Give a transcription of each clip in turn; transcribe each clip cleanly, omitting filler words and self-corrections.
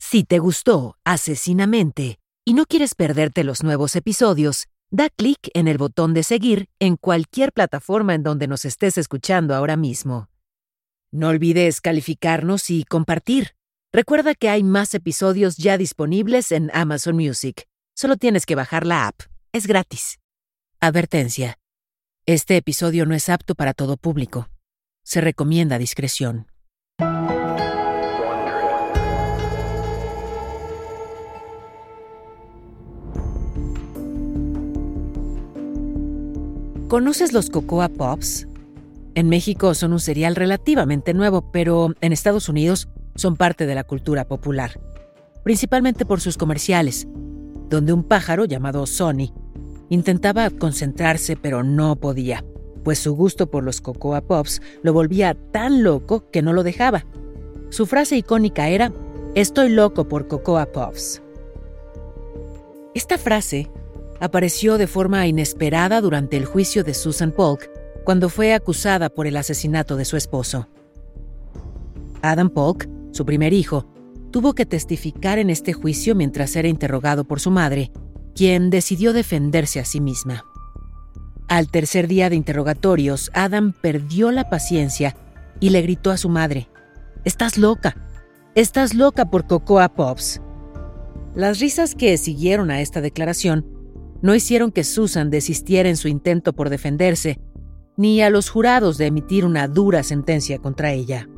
Si te gustó Asesinamente y no quieres perderte los nuevos episodios, da clic en el botón de seguir en cualquier plataforma en donde nos estés escuchando ahora mismo. No olvides calificarnos y compartir. Recuerda que hay más episodios ya disponibles en Amazon Music. Solo tienes que bajar la app. Es gratis. Advertencia. Este episodio no es apto para todo público. Se recomienda discreción. ¿Conoces los Cocoa Puffs? En México son un cereal relativamente nuevo, pero en Estados Unidos son parte de la cultura popular, principalmente por sus comerciales, donde un pájaro llamado Sonny intentaba concentrarse pero no podía, pues su gusto por los Cocoa Puffs lo volvía tan loco que no lo dejaba. Su frase icónica era: "Estoy loco por Cocoa Puffs". Esta frase apareció de forma inesperada durante el juicio de Susan Polk, cuando fue acusada por el asesinato de su esposo. Adam Polk, su primer hijo, tuvo que testificar en este juicio mientras era interrogado por su madre, quien decidió defenderse a sí misma. Al tercer día de interrogatorios, Adam perdió la paciencia y le gritó a su madre: "Estás loca por Cocoa Puffs". Las risas que siguieron a esta declaración no hicieron que Susan desistiera en su intento por defenderse, ni a los jurados de emitir una dura sentencia contra ella.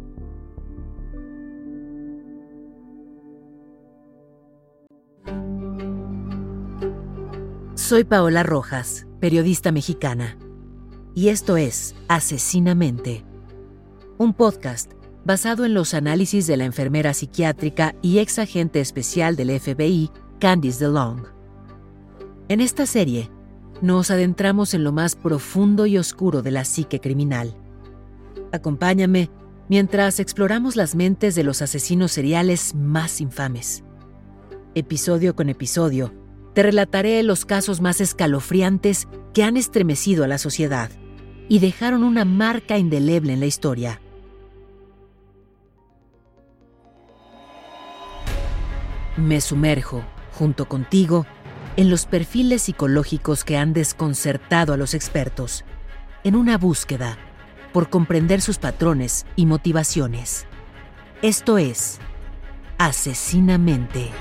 Soy Paola Rojas, periodista mexicana, y esto es Asesinamente, un podcast basado en los análisis de la enfermera psiquiátrica y ex agente especial del FBI, Candice DeLong. En esta serie, nos adentramos en lo más profundo y oscuro de la psique criminal. Acompáñame mientras exploramos las mentes de los asesinos seriales más infames. Episodio con episodio, te relataré los casos más escalofriantes que han estremecido a la sociedad y dejaron una marca indeleble en la historia. Me sumerjo, junto contigo, en los perfiles psicológicos que han desconcertado a los expertos, en una búsqueda por comprender sus patrones y motivaciones. Esto es Asesinamente.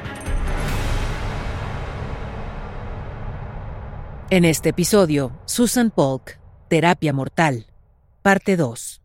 En este episodio, Susan Polk, Terapia Mortal, parte 2.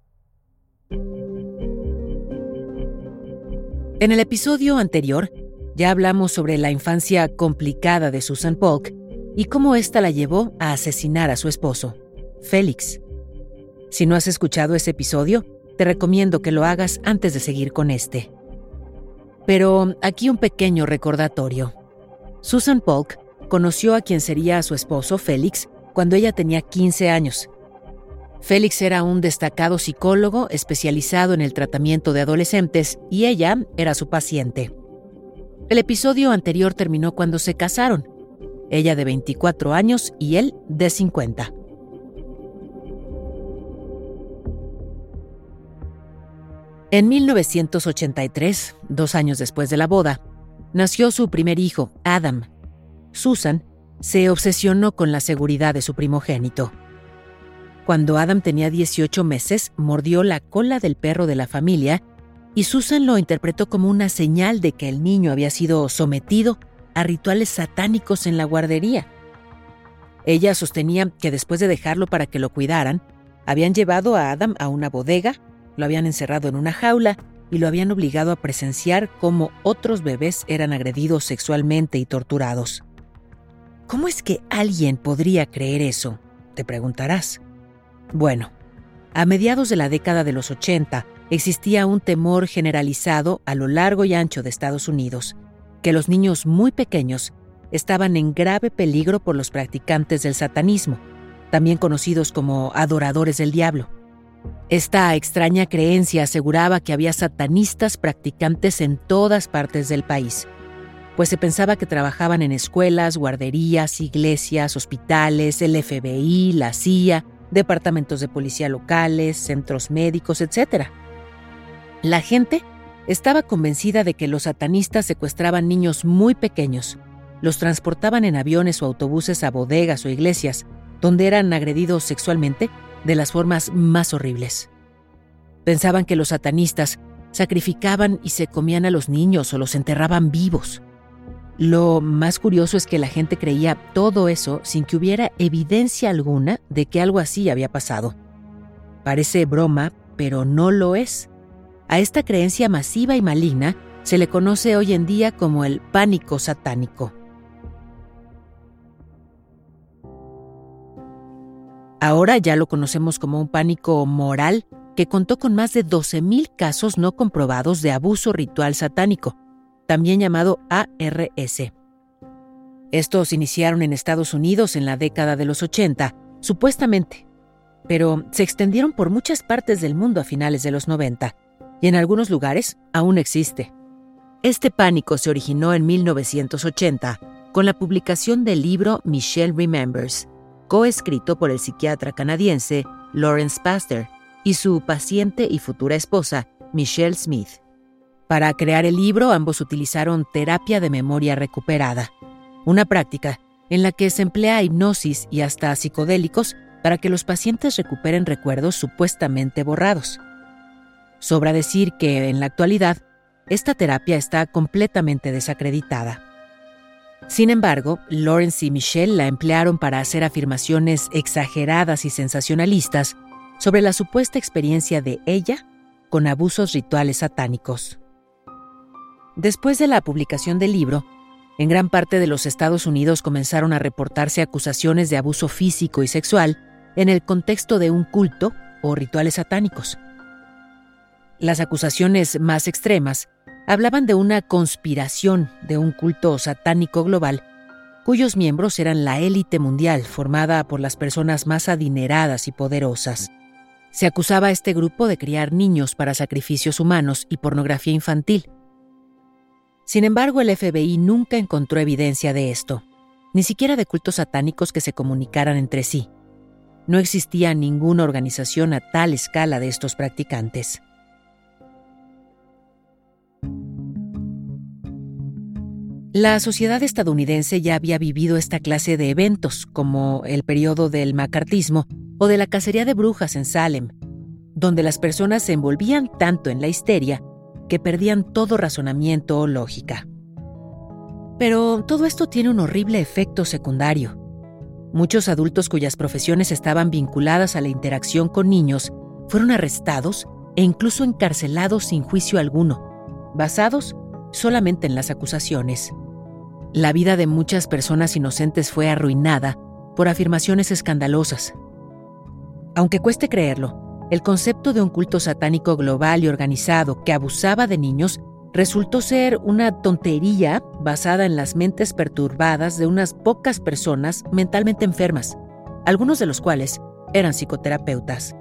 En el episodio anterior, ya hablamos sobre la infancia complicada de Susan Polk y cómo ésta la llevó a asesinar a su esposo, Félix. Si no has escuchado ese episodio, te recomiendo que lo hagas antes de seguir con este. Pero aquí un pequeño recordatorio. Susan Polk conoció a quien sería su esposo, Félix, cuando ella tenía 15 años. Félix era un destacado psicólogo especializado en el tratamiento de adolescentes y ella era su paciente. El episodio anterior terminó cuando se casaron, ella de 24 años y él de 50. En 1983, 2 años después de la boda, nació su primer hijo, Adam. Susan se obsesionó con la seguridad de su primogénito. Cuando Adam tenía 18 meses, mordió la cola del perro de la familia y Susan lo interpretó como una señal de que el niño había sido sometido a rituales satánicos en la guardería. Ella sostenía que después de dejarlo para que lo cuidaran, habían llevado a Adam a una bodega, lo habían encerrado en una jaula y lo habían obligado a presenciar cómo otros bebés eran agredidos sexualmente y torturados. ¿Cómo es que alguien podría creer eso?, te preguntarás. Bueno, a mediados de la década de los 80, existía un temor generalizado a lo largo y ancho de Estados Unidos, que los niños muy pequeños estaban en grave peligro por los practicantes del satanismo, también conocidos como adoradores del diablo. Esta extraña creencia aseguraba que había satanistas practicantes en todas partes del país, pues se pensaba que trabajaban en escuelas, guarderías, iglesias, hospitales, el FBI, la CIA, departamentos de policía locales, centros médicos, etc. La gente estaba convencida de que los satanistas secuestraban niños muy pequeños, los transportaban en aviones o autobuses a bodegas o iglesias, donde eran agredidos sexualmente de las formas más horribles. Pensaban que los satanistas sacrificaban y se comían a los niños o los enterraban vivos. Lo más curioso es que la gente creía todo eso sin que hubiera evidencia alguna de que algo así había pasado. Parece broma, pero no lo es. A esta creencia masiva y maligna se le conoce hoy en día como el pánico satánico. Ahora ya lo conocemos como un pánico moral que contó con más de 12,000 casos no comprobados de abuso ritual satánico, también llamado ARS. Estos iniciaron en Estados Unidos en la década de los 80, supuestamente, pero se extendieron por muchas partes del mundo a finales de los 90, y en algunos lugares aún existe. Este pánico se originó en 1980 con la publicación del libro Michelle Remembers, coescrito por el psiquiatra canadiense Lawrence Pasteur y su paciente y futura esposa, Michelle Smith. Para crear el libro, ambos utilizaron terapia de memoria recuperada, una práctica en la que se emplea hipnosis y hasta psicodélicos para que los pacientes recuperen recuerdos supuestamente borrados. Sobra decir que, en la actualidad, esta terapia está completamente desacreditada. Sin embargo, Lawrence y Michelle la emplearon para hacer afirmaciones exageradas y sensacionalistas sobre la supuesta experiencia de ella con abusos rituales satánicos. Después de la publicación del libro, en gran parte de los Estados Unidos comenzaron a reportarse acusaciones de abuso físico y sexual en el contexto de un culto o rituales satánicos. Las acusaciones más extremas hablaban de una conspiración de un culto satánico global, cuyos miembros eran la élite mundial formada por las personas más adineradas y poderosas. Se acusaba a este grupo de criar niños para sacrificios humanos y pornografía infantil. Sin embargo, el FBI nunca encontró evidencia de esto, ni siquiera de cultos satánicos que se comunicaran entre sí. No existía ninguna organización a tal escala de estos practicantes. La sociedad estadounidense ya había vivido esta clase de eventos, como el periodo del macartismo o de la cacería de brujas en Salem, donde las personas se envolvían tanto en la histeria que perdían todo razonamiento o lógica. Pero todo esto tiene un horrible efecto secundario. Muchos adultos cuyas profesiones estaban vinculadas a la interacción con niños fueron arrestados e incluso encarcelados sin juicio alguno, basados solamente en las acusaciones. La vida de muchas personas inocentes fue arruinada por afirmaciones escandalosas. Aunque cueste creerlo, el concepto de un culto satánico global y organizado que abusaba de niños resultó ser una tontería basada en las mentes perturbadas de unas pocas personas mentalmente enfermas, algunos de los cuales eran psicoterapeutas.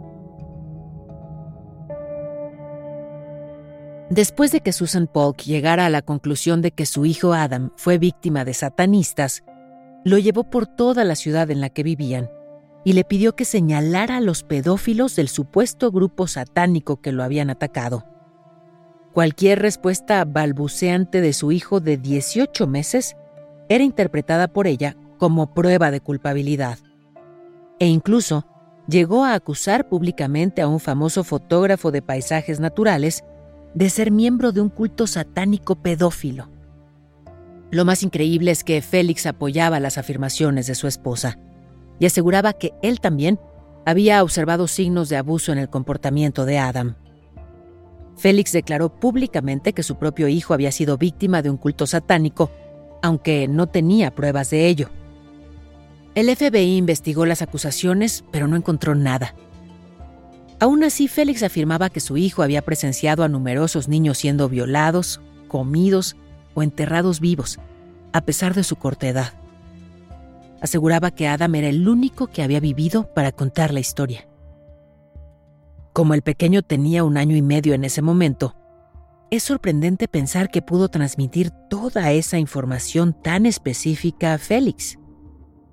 Después de que Susan Polk llegara a la conclusión de que su hijo Adam fue víctima de satanistas, lo llevó por toda la ciudad en la que vivían y le pidió que señalara a los pedófilos del supuesto grupo satánico que lo habían atacado. Cualquier respuesta balbuceante de su hijo de 18 meses era interpretada por ella como prueba de culpabilidad. E incluso llegó a acusar públicamente a un famoso fotógrafo de paisajes naturales de ser miembro de un culto satánico pedófilo. Lo más increíble es que Félix apoyaba las afirmaciones de su esposa y aseguraba que él también había observado signos de abuso en el comportamiento de Adam. Félix declaró públicamente que su propio hijo había sido víctima de un culto satánico, aunque no tenía pruebas de ello. El FBI investigó las acusaciones, pero no encontró nada. Aún así, Félix afirmaba que su hijo había presenciado a numerosos niños siendo violados, comidos o enterrados vivos, a pesar de su corta edad. Aseguraba que Adam era el único que había vivido para contar la historia. Como el pequeño tenía 1 año y medio en ese momento, es sorprendente pensar que pudo transmitir toda esa información tan específica a Félix.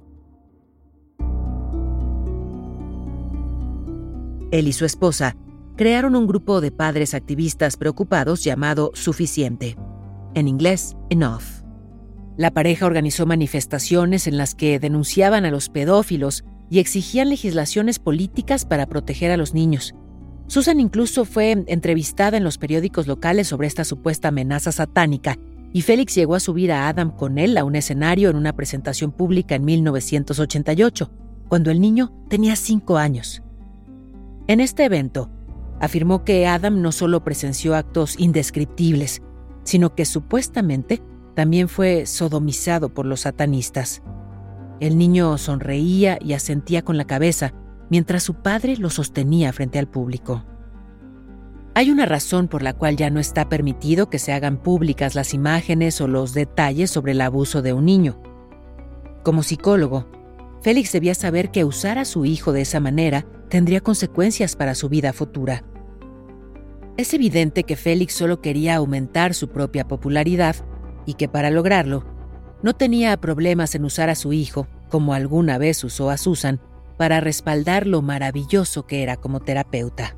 Él y su esposa crearon un grupo de padres activistas preocupados llamado Suficiente, en inglés Enough. La pareja organizó manifestaciones en las que denunciaban a los pedófilos y exigían legislaciones políticas para proteger a los niños. Susan incluso fue entrevistada en los periódicos locales sobre esta supuesta amenaza satánica, y Félix llegó a subir a Adam con él a un escenario en una presentación pública en 1988, cuando el niño tenía 5 años. En este evento, afirmó que Adam no solo presenció actos indescriptibles, sino que supuestamente también fue sodomizado por los satanistas. El niño sonreía y asentía con la cabeza, mientras su padre lo sostenía frente al público. Hay una razón por la cual ya no está permitido que se hagan públicas las imágenes o los detalles sobre el abuso de un niño. Como psicólogo, Félix debía saber que usar a su hijo de esa manera tendría consecuencias para su vida futura. Es evidente que Félix solo quería aumentar su propia popularidad y que para lograrlo, no tenía problemas en usar a su hijo, como alguna vez usó a Susan, para respaldar lo maravilloso que era como terapeuta.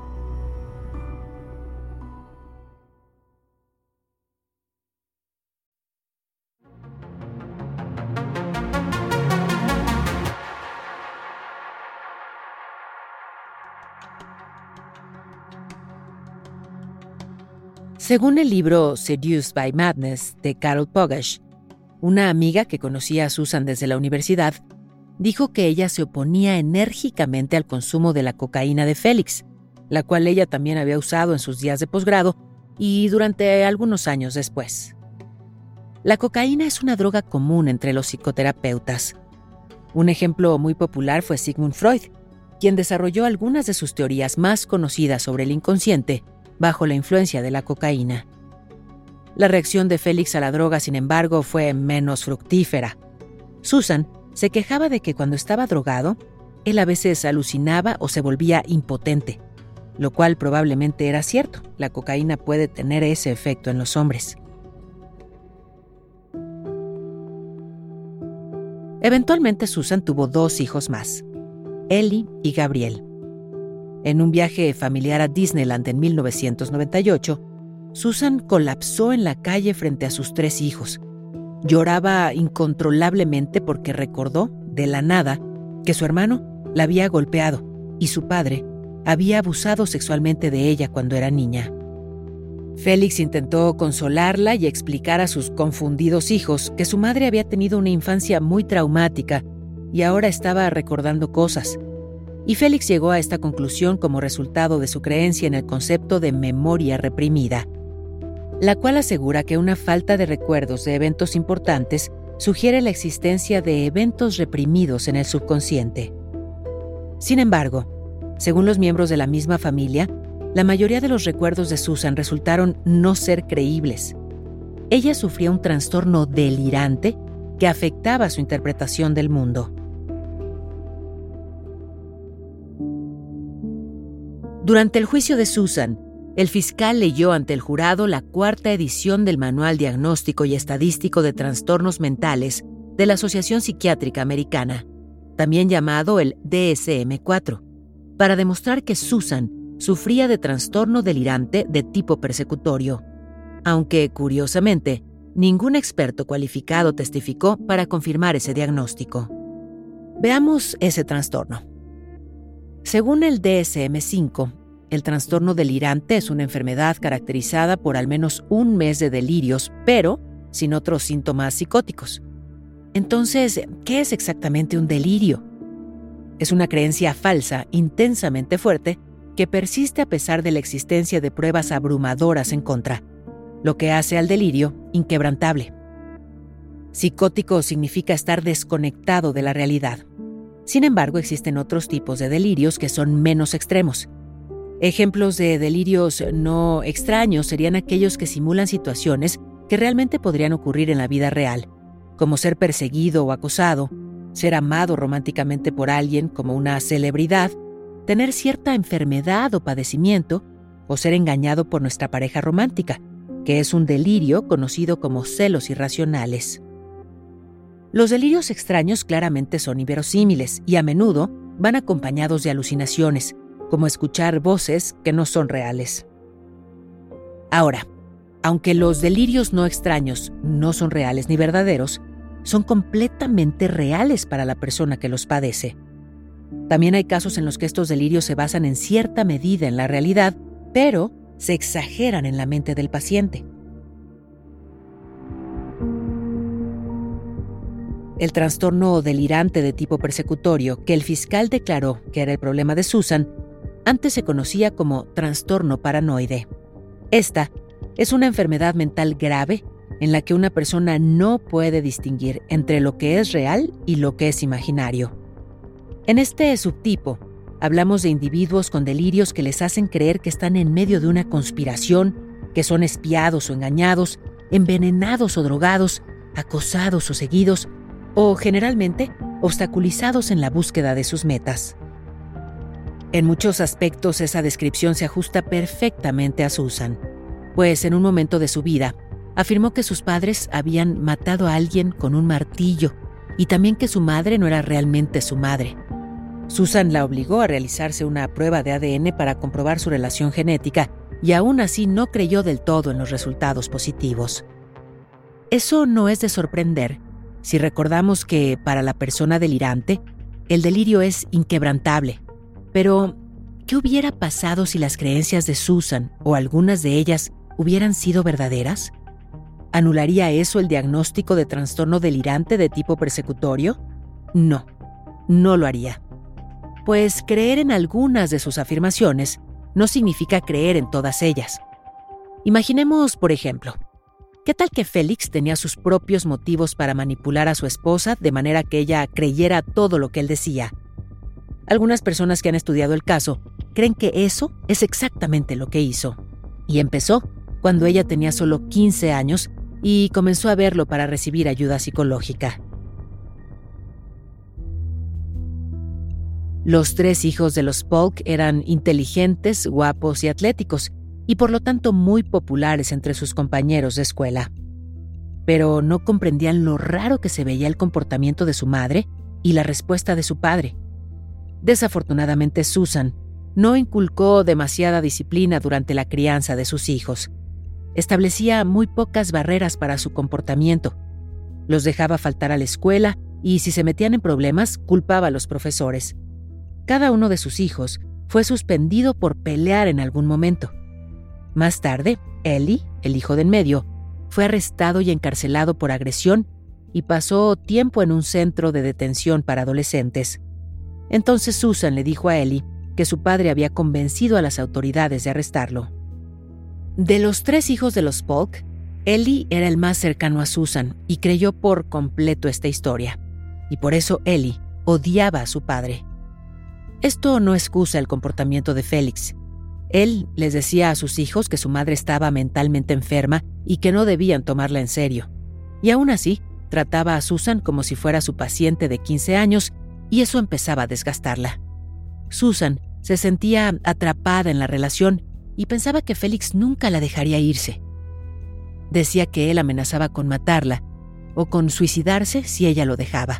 Según el libro Seduced by Madness de Carol Pogash, una amiga que conocía a Susan desde la universidad, dijo que ella se oponía enérgicamente al consumo de la cocaína de Félix, la cual ella también había usado en sus días de posgrado y durante algunos años después. La cocaína es una droga común entre los psicoterapeutas. Un ejemplo muy popular fue Sigmund Freud, quien desarrolló algunas de sus teorías más conocidas sobre el inconsciente bajo la influencia de la cocaína. La reacción de Félix a la droga, sin embargo, fue menos fructífera. Susan se quejaba de que cuando estaba drogado, él a veces alucinaba o se volvía impotente, lo cual probablemente era cierto. La cocaína puede tener ese efecto en los hombres. Eventualmente Susan tuvo 2 hijos más, Ellie y Gabriel. En un viaje familiar a Disneyland en 1998, Susan colapsó en la calle frente a sus 3 hijos. Lloraba incontrolablemente porque recordó, de la nada, que su hermano la había golpeado y su padre había abusado sexualmente de ella cuando era niña. Félix intentó consolarla y explicar a sus confundidos hijos que su madre había tenido una infancia muy traumática y ahora estaba recordando cosas. Y Félix llegó a esta conclusión como resultado de su creencia en el concepto de memoria reprimida, la cual asegura que una falta de recuerdos de eventos importantes sugiere la existencia de eventos reprimidos en el subconsciente. Sin embargo, según los miembros de la misma familia, la mayoría de los recuerdos de Susan resultaron no ser creíbles. Ella sufría un trastorno delirante que afectaba su interpretación del mundo. Durante el juicio de Susan, el fiscal leyó ante el jurado la 4ª edición del Manual Diagnóstico y Estadístico de Trastornos Mentales de la Asociación Psiquiátrica Americana, también llamado el DSM-4, para demostrar que Susan sufría de trastorno delirante de tipo persecutorio, aunque, curiosamente, ningún experto cualificado testificó para confirmar ese diagnóstico. Veamos ese trastorno. Según el DSM-5, el trastorno delirante es una enfermedad caracterizada por al menos un mes de delirios, pero sin otros síntomas psicóticos. Entonces, ¿qué es exactamente un delirio? Es una creencia falsa, intensamente fuerte, que persiste a pesar de la existencia de pruebas abrumadoras en contra, lo que hace al delirio inquebrantable. Psicótico significa estar desconectado de la realidad. Sin embargo, existen otros tipos de delirios que son menos extremos. Ejemplos de delirios no extraños serían aquellos que simulan situaciones que realmente podrían ocurrir en la vida real, como ser perseguido o acosado, ser amado románticamente por alguien como una celebridad, tener cierta enfermedad o padecimiento, o ser engañado por nuestra pareja romántica, que es un delirio conocido como celos irracionales. Los delirios extraños claramente son inverosímiles y a menudo van acompañados de alucinaciones, como escuchar voces que no son reales. Ahora, aunque los delirios no extraños no son reales ni verdaderos, son completamente reales para la persona que los padece. También hay casos en los que estos delirios se basan en cierta medida en la realidad, pero se exageran en la mente del paciente. El trastorno delirante de tipo persecutorio, que el fiscal declaró que era el problema de Susan, antes se conocía como trastorno paranoide. Esta es una enfermedad mental grave en la que una persona no puede distinguir entre lo que es real y lo que es imaginario. En este subtipo, hablamos de individuos con delirios que les hacen creer que están en medio de una conspiración, que son espiados o engañados, envenenados o drogados, acosados o seguidos, o generalmente obstaculizados en la búsqueda de sus metas. En muchos aspectos esa descripción se ajusta perfectamente a Susan, pues en un momento de su vida afirmó que sus padres habían matado a alguien con un martillo y también que su madre no era realmente su madre. Susan la obligó a realizarse una prueba de ADN para comprobar su relación genética y aún así no creyó del todo en los resultados positivos. Eso no es de sorprender si recordamos que para la persona delirante el delirio es inquebrantable. Pero, ¿qué hubiera pasado si las creencias de Susan o algunas de ellas hubieran sido verdaderas? ¿Anularía eso el diagnóstico de trastorno delirante de tipo persecutorio? No, no lo haría. Pues creer en algunas de sus afirmaciones no significa creer en todas ellas. Imaginemos, por ejemplo, ¿qué tal que Félix tenía sus propios motivos para manipular a su esposa de manera que ella creyera todo lo que él decía? Algunas personas que han estudiado el caso creen que eso es exactamente lo que hizo. Y empezó cuando ella tenía solo 15 años y comenzó a verlo para recibir ayuda psicológica. Los 3 hijos de los Polk eran inteligentes, guapos y atléticos, y por lo tanto muy populares entre sus compañeros de escuela. Pero no comprendían lo raro que se veía el comportamiento de su madre y la respuesta de su padre. Desafortunadamente, Susan no inculcó demasiada disciplina durante la crianza de sus hijos. Establecía muy pocas barreras para su comportamiento. Los dejaba faltar a la escuela y, si se metían en problemas, culpaba a los profesores. Cada uno de sus hijos fue suspendido por pelear en algún momento. Más tarde, Ellie, el hijo de en medio, fue arrestado y encarcelado por agresión y pasó tiempo en un centro de detención para adolescentes. Entonces Susan le dijo a Ellie que su padre había convencido a las autoridades de arrestarlo. De los 3 hijos de los Polk, Ellie era el más cercano a Susan y creyó por completo esta historia. Y por eso Ellie odiaba a su padre. Esto no excusa el comportamiento de Félix. Él les decía a sus hijos que su madre estaba mentalmente enferma y que no debían tomarla en serio. Y aún así, trataba a Susan como si fuera su paciente de 15 años y eso empezaba a desgastarla. Susan se sentía atrapada en la relación y pensaba que Félix nunca la dejaría irse. Decía que él amenazaba con matarla o con suicidarse si ella lo dejaba.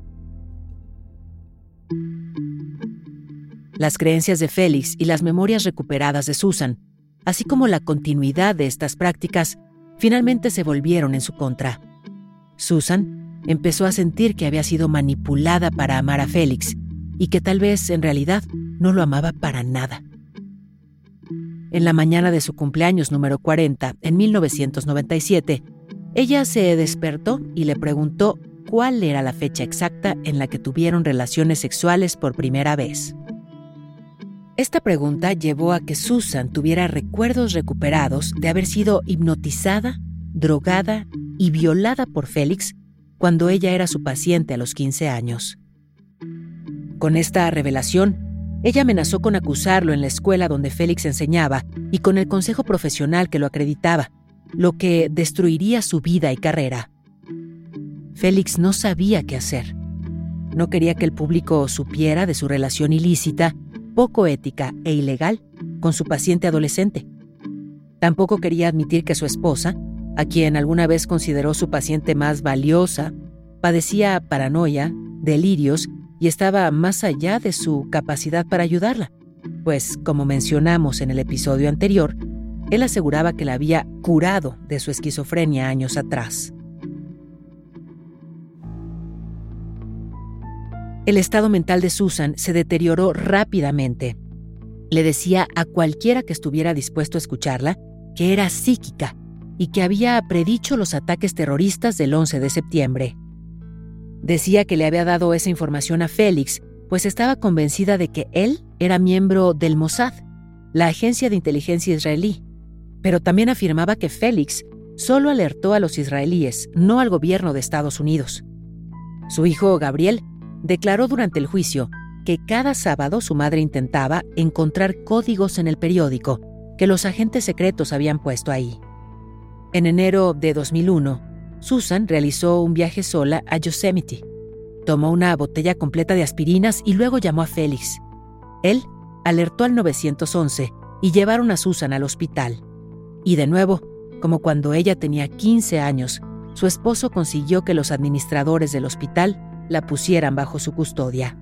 Las creencias de Félix y las memorias recuperadas de Susan, así como la continuidad de estas prácticas, finalmente se volvieron en su contra. Susan empezó a sentir que había sido manipulada para amar a Félix y que tal vez en realidad no lo amaba para nada. En la mañana de su cumpleaños número 40, en 1997, ella se despertó y le preguntó cuál era la fecha exacta en la que tuvieron relaciones sexuales por primera vez. Esta pregunta llevó a que Susan tuviera recuerdos recuperados de haber sido hipnotizada, drogada y violada por Félix cuando ella era su paciente a los 15 años. Con esta revelación, ella amenazó con acusarlo en la escuela donde Félix enseñaba y con el consejo profesional que lo acreditaba, lo que destruiría su vida y carrera. Félix no sabía qué hacer. No quería que el público supiera de su relación ilícita, poco ética e ilegal con su paciente adolescente. Tampoco quería admitir que su esposa, a quien alguna vez consideró su paciente más valiosa, padecía paranoia, delirios y estaba más allá de su capacidad para ayudarla. pues, como mencionamos en el episodio anterior, él aseguraba que la había curado de su esquizofrenia años atrás. El estado mental de Susan se deterioró rápidamente. Le decía a cualquiera que estuviera dispuesto a escucharla que era psíquica y que había predicho los ataques terroristas del 11 de septiembre. Decía que le había dado esa información a Félix, pues estaba convencida de que él era miembro del Mossad, la agencia de inteligencia israelí, pero también afirmaba que Félix solo alertó a los israelíes, no al gobierno de Estados Unidos. Su hijo Gabriel declaró durante el juicio que cada sábado su madre intentaba encontrar códigos en el periódico que los agentes secretos habían puesto ahí. En enero de 2001, Susan realizó un viaje sola a Yosemite. Tomó una botella completa de aspirinas y luego llamó a Félix. Él alertó al 911 y llevaron a Susan al hospital. Y de nuevo, como cuando ella tenía 15 años, su esposo consiguió que los administradores del hospital la pusieran bajo su custodia.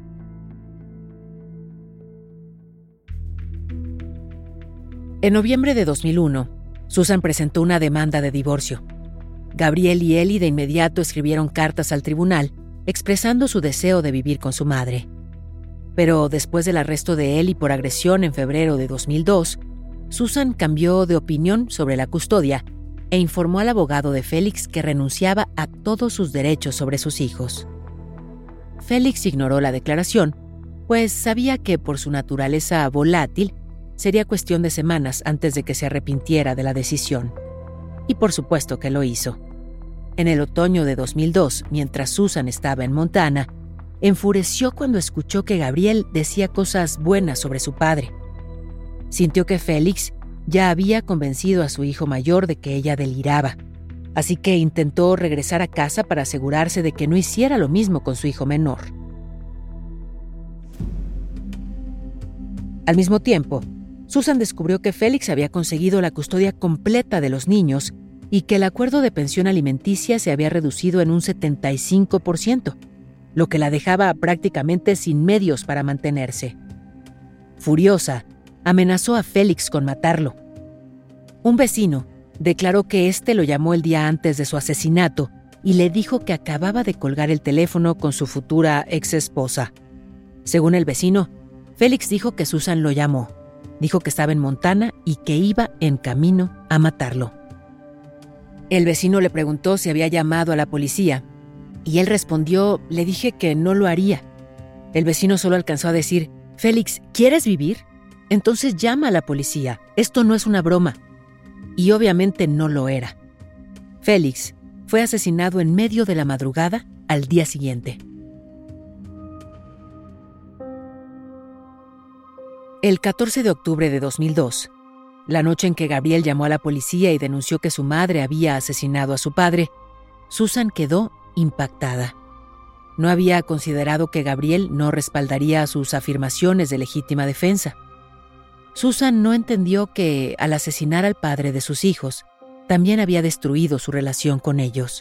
En noviembre de 2001, Susan presentó una demanda de divorcio. Gabriel y Eli de inmediato escribieron cartas al tribunal expresando su deseo de vivir con su madre. Pero después del arresto de Eli por agresión en febrero de 2002, Susan cambió de opinión sobre la custodia e informó al abogado de Félix que renunciaba a todos sus derechos sobre sus hijos. Félix ignoró la declaración, pues sabía que por su naturaleza volátil sería cuestión de semanas antes de que se arrepintiera de la decisión. Y por supuesto que lo hizo. En el otoño de 2002, mientras Susan estaba en Montana, enfureció cuando escuchó que Gabriel decía cosas buenas sobre su padre. Sintió que Félix ya había convencido a su hijo mayor de que ella deliraba, así que intentó regresar a casa para asegurarse de que no hiciera lo mismo con su hijo menor. Al mismo tiempo, Susan descubrió que Félix había conseguido la custodia completa de los niños y que el acuerdo de pensión alimenticia se había reducido en un 75%, lo que la dejaba prácticamente sin medios para mantenerse. Furiosa, amenazó a Félix con matarlo. Un vecino declaró que éste lo llamó el día antes de su asesinato y le dijo que acababa de colgar el teléfono con su futura exesposa. Según el vecino, Félix dijo que Susan lo llamó. Dijo que estaba en Montana y que iba en camino a matarlo. El vecino le preguntó si había llamado a la policía y él respondió: le dije que no lo haría. El vecino solo alcanzó a decir: Félix, ¿quieres vivir? Entonces llama a la policía. Esto no es una broma. Y obviamente no lo era. Félix fue asesinado en medio de la madrugada al día siguiente. El 14 de octubre de 2002, la noche en que Gabriel llamó a la policía y denunció que su madre había asesinado a su padre, Susan quedó impactada. No había considerado que Gabriel no respaldaría sus afirmaciones de legítima defensa. Susan no entendió que, al asesinar al padre de sus hijos, también había destruido su relación con ellos.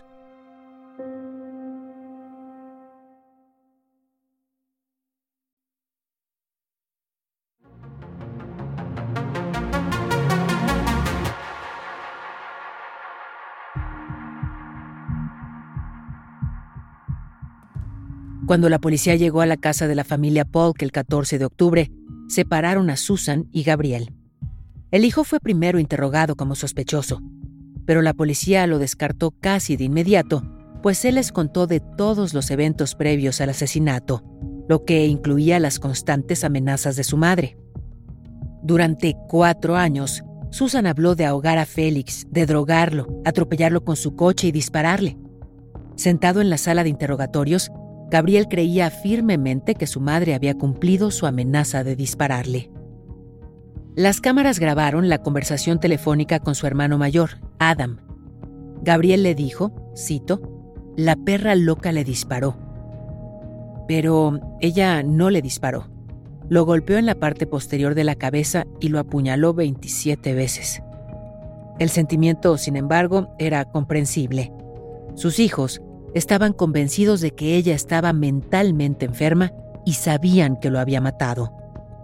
Cuando la policía llegó a la casa de la familia Polk el 14 de octubre, separaron a Susan y Gabriel. El hijo fue primero interrogado como sospechoso, pero la policía lo descartó casi de inmediato, pues él les contó de todos los eventos previos al asesinato, lo que incluía las constantes amenazas de su madre. Durante 4 años, Susan habló de ahogar a Félix, de drogarlo, atropellarlo con su coche y dispararle. Sentado en la sala de interrogatorios, Gabriel creía firmemente que su madre había cumplido su amenaza de dispararle. Las cámaras grabaron la conversación telefónica con su hermano mayor, Adam. Gabriel le dijo, cito, «La perra loca le disparó». Pero ella no le disparó. Lo golpeó en la parte posterior de la cabeza y lo apuñaló 27 veces. El sentimiento, sin embargo, era comprensible. Sus hijos estaban convencidos de que ella estaba mentalmente enferma y sabían que lo había matado.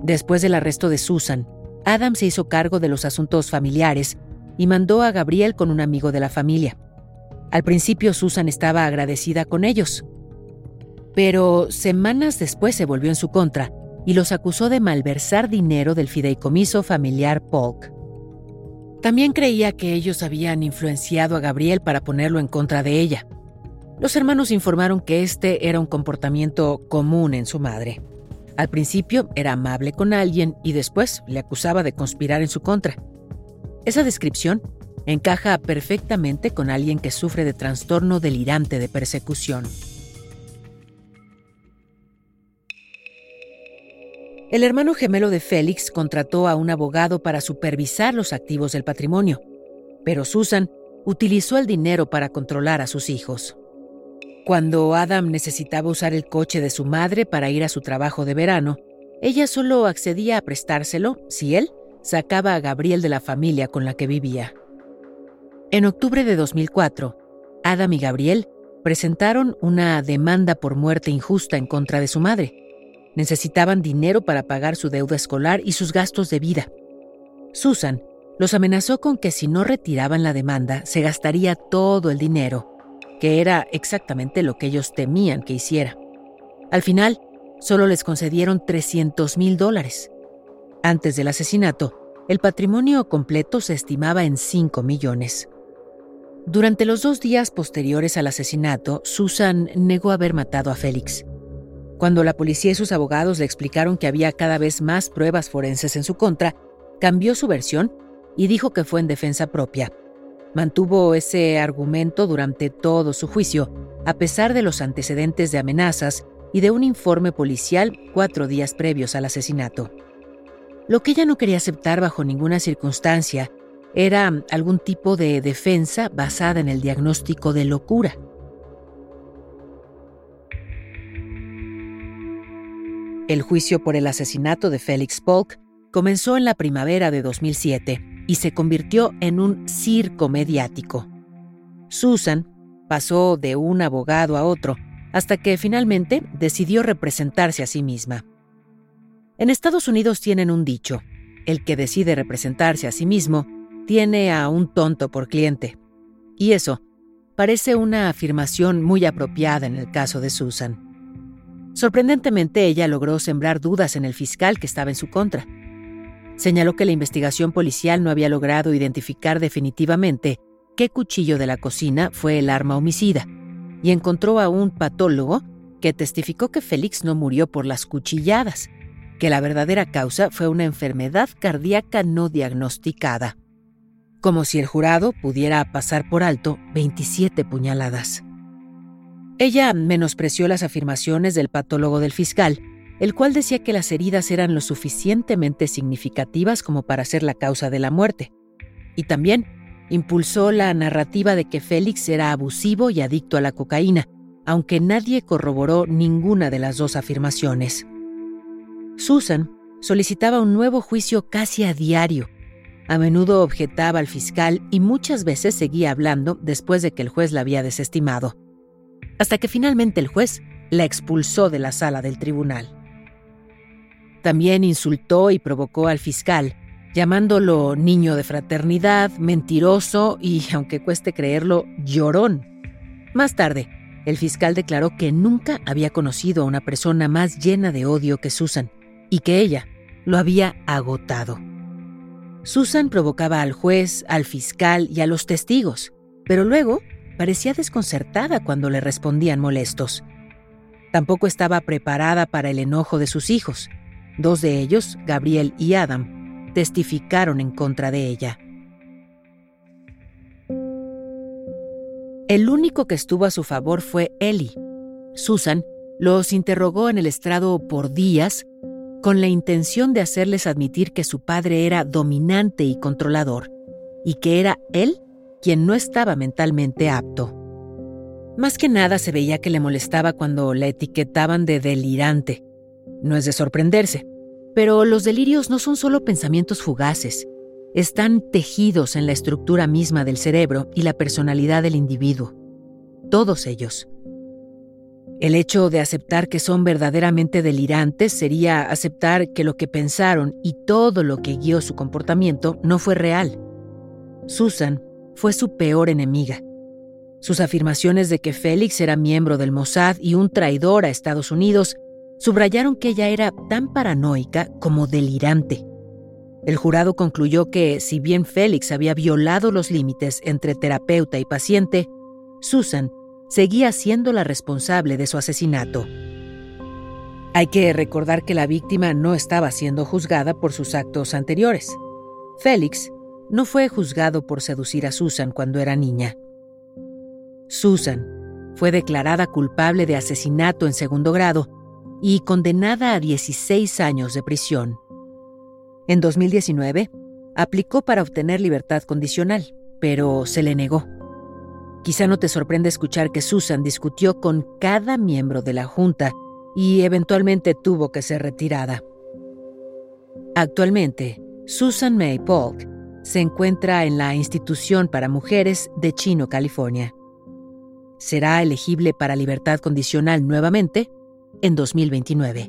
Después del arresto de Susan, Adam se hizo cargo de los asuntos familiares y mandó a Gabriel con un amigo de la familia. Al principio Susan estaba agradecida con ellos, pero semanas después se volvió en su contra y los acusó de malversar dinero del fideicomiso familiar Polk. También creía que ellos habían influenciado a Gabriel para ponerlo en contra de ella. Los hermanos informaron que este era un comportamiento común en su madre. Al principio era amable con alguien y después le acusaba de conspirar en su contra. Esa descripción encaja perfectamente con alguien que sufre de trastorno delirante de persecución. El hermano gemelo de Félix contrató a un abogado para supervisar los activos del patrimonio, pero Susan utilizó el dinero para controlar a sus hijos. Cuando Adam necesitaba usar el coche de su madre para ir a su trabajo de verano, ella solo accedía a prestárselo si él sacaba a Gabriel de la familia con la que vivía. En octubre de 2004, Adam y Gabriel presentaron una demanda por muerte injusta en contra de su madre. Necesitaban dinero para pagar su deuda escolar y sus gastos de vida. Susan los amenazó con que si no retiraban la demanda, se gastaría todo el dinero, que era exactamente lo que ellos temían que hiciera. Al final, solo les concedieron $300,000. Antes del asesinato, el patrimonio completo se estimaba en $5 millones. Durante los 2 días posteriores al asesinato, Susan negó haber matado a Félix. Cuando la policía y sus abogados le explicaron que había cada vez más pruebas forenses en su contra, cambió su versión y dijo que fue en defensa propia. Mantuvo ese argumento durante todo su juicio, a pesar de los antecedentes de amenazas y de un informe policial 4 días previos al asesinato. Lo que ella no quería aceptar bajo ninguna circunstancia era algún tipo de defensa basada en el diagnóstico de locura. El juicio por el asesinato de Félix Polk comenzó en la primavera de 2007 y se convirtió en un circo mediático. Susan pasó de un abogado a otro hasta que finalmente decidió representarse a sí misma. En Estados Unidos tienen un dicho: el que decide representarse a sí mismo tiene a un tonto por cliente. Y eso parece una afirmación muy apropiada en el caso de Susan. Sorprendentemente, ella logró sembrar dudas en el fiscal que estaba en su contra. Señaló que la investigación policial no había logrado identificar definitivamente qué cuchillo de la cocina fue el arma homicida, y encontró a un patólogo que testificó que Félix no murió por las cuchilladas, que la verdadera causa fue una enfermedad cardíaca no diagnosticada. Como si el jurado pudiera pasar por alto 27 puñaladas. Ella menospreció las afirmaciones del patólogo del fiscal, el cual decía que las heridas eran lo suficientemente significativas como para ser la causa de la muerte. Y también impulsó la narrativa de que Félix era abusivo y adicto a la cocaína, aunque nadie corroboró ninguna de las dos afirmaciones. Susan solicitaba un nuevo juicio casi a diario. A menudo objetaba al fiscal y muchas veces seguía hablando después de que el juez la había desestimado, hasta que finalmente el juez la expulsó de la sala del tribunal. También insultó y provocó al fiscal, llamándolo niño de fraternidad, mentiroso y, aunque cueste creerlo, llorón. Más tarde, el fiscal declaró que nunca había conocido a una persona más llena de odio que Susan y que ella lo había agotado. Susan provocaba al juez, al fiscal y a los testigos, pero luego parecía desconcertada cuando le respondían molestos. Tampoco estaba preparada para el enojo de sus hijos. 2 de ellos, Gabriel y Adam, testificaron en contra de ella. El único que estuvo a su favor fue Ellie. Susan los interrogó en el estrado por días con la intención de hacerles admitir que su padre era dominante y controlador, y que era él quien no estaba mentalmente apto. Más que nada se veía que le molestaba cuando la etiquetaban de delirante. No es de sorprenderse, pero los delirios no son solo pensamientos fugaces. Están tejidos en la estructura misma del cerebro y la personalidad del individuo. Todos ellos. El hecho de aceptar que son verdaderamente delirantes sería aceptar que lo que pensaron y todo lo que guió su comportamiento no fue real. Susan fue su peor enemiga. Sus afirmaciones de que Félix era miembro del Mossad y un traidor a Estados Unidos subrayaron que ella era tan paranoica como delirante. El jurado concluyó que, si bien Félix había violado los límites entre terapeuta y paciente, Susan seguía siendo la responsable de su asesinato. Hay que recordar que la víctima no estaba siendo juzgada por sus actos anteriores. Félix no fue juzgado por seducir a Susan cuando era niña. Susan fue declarada culpable de asesinato en segundo grado y condenada a 16 años de prisión. En 2019, aplicó para obtener libertad condicional, pero se le negó. Quizá no te sorprenda escuchar que Susan discutió con cada miembro de la junta y eventualmente tuvo que ser retirada. Actualmente, Susan May Polk se encuentra en la Institución para Mujeres de Chino, California. Será elegible para libertad condicional nuevamente en 2029.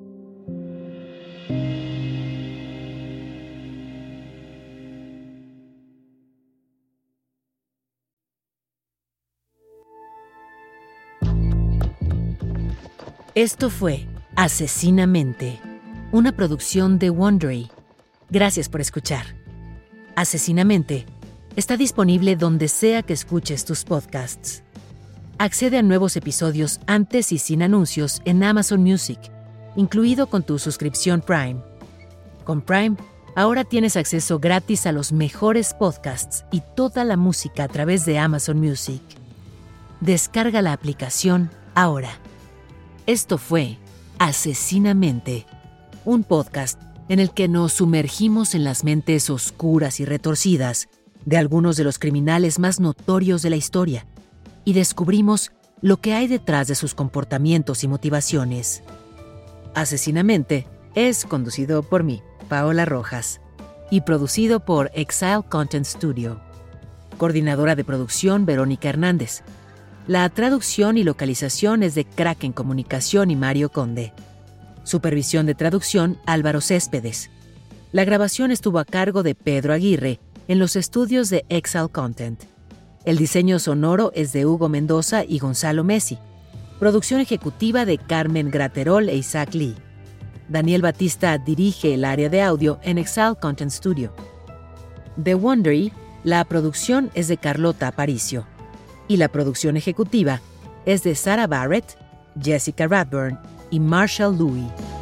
Esto fue Asesinamente, una producción de Wondery. Gracias por escuchar. Asesinamente está disponible donde sea que escuches tus podcasts. Accede a nuevos episodios antes y sin anuncios en Amazon Music, incluido con tu suscripción Prime. Con Prime, ahora tienes acceso gratis a los mejores podcasts y toda la música a través de Amazon Music. Descarga la aplicación ahora. Esto fue Asesinamente, un podcast en el que nos sumergimos en las mentes oscuras y retorcidas de algunos de los criminales más notorios de la historia y descubrimos lo que hay detrás de sus comportamientos y motivaciones. Asesinamente es conducido por mí, Paola Rojas, y producido por Exile Content Studio. Coordinadora de producción, Verónica Hernández. La traducción y localización es de Kraken Comunicación y Mario Conde. Supervisión de traducción, Álvaro Céspedes. La grabación estuvo a cargo de Pedro Aguirre en los estudios de Exile Content. El diseño sonoro es de Hugo Mendoza y Gonzalo Messi. Producción ejecutiva de Carmen Graterol e Isaac Lee. Daniel Batista dirige el área de audio en Exile Content Studio. De Wondery, la producción es de Carlota Aparicio. Y la producción ejecutiva es de Sarah Barrett, Jessica Radburn y Marshall Louis.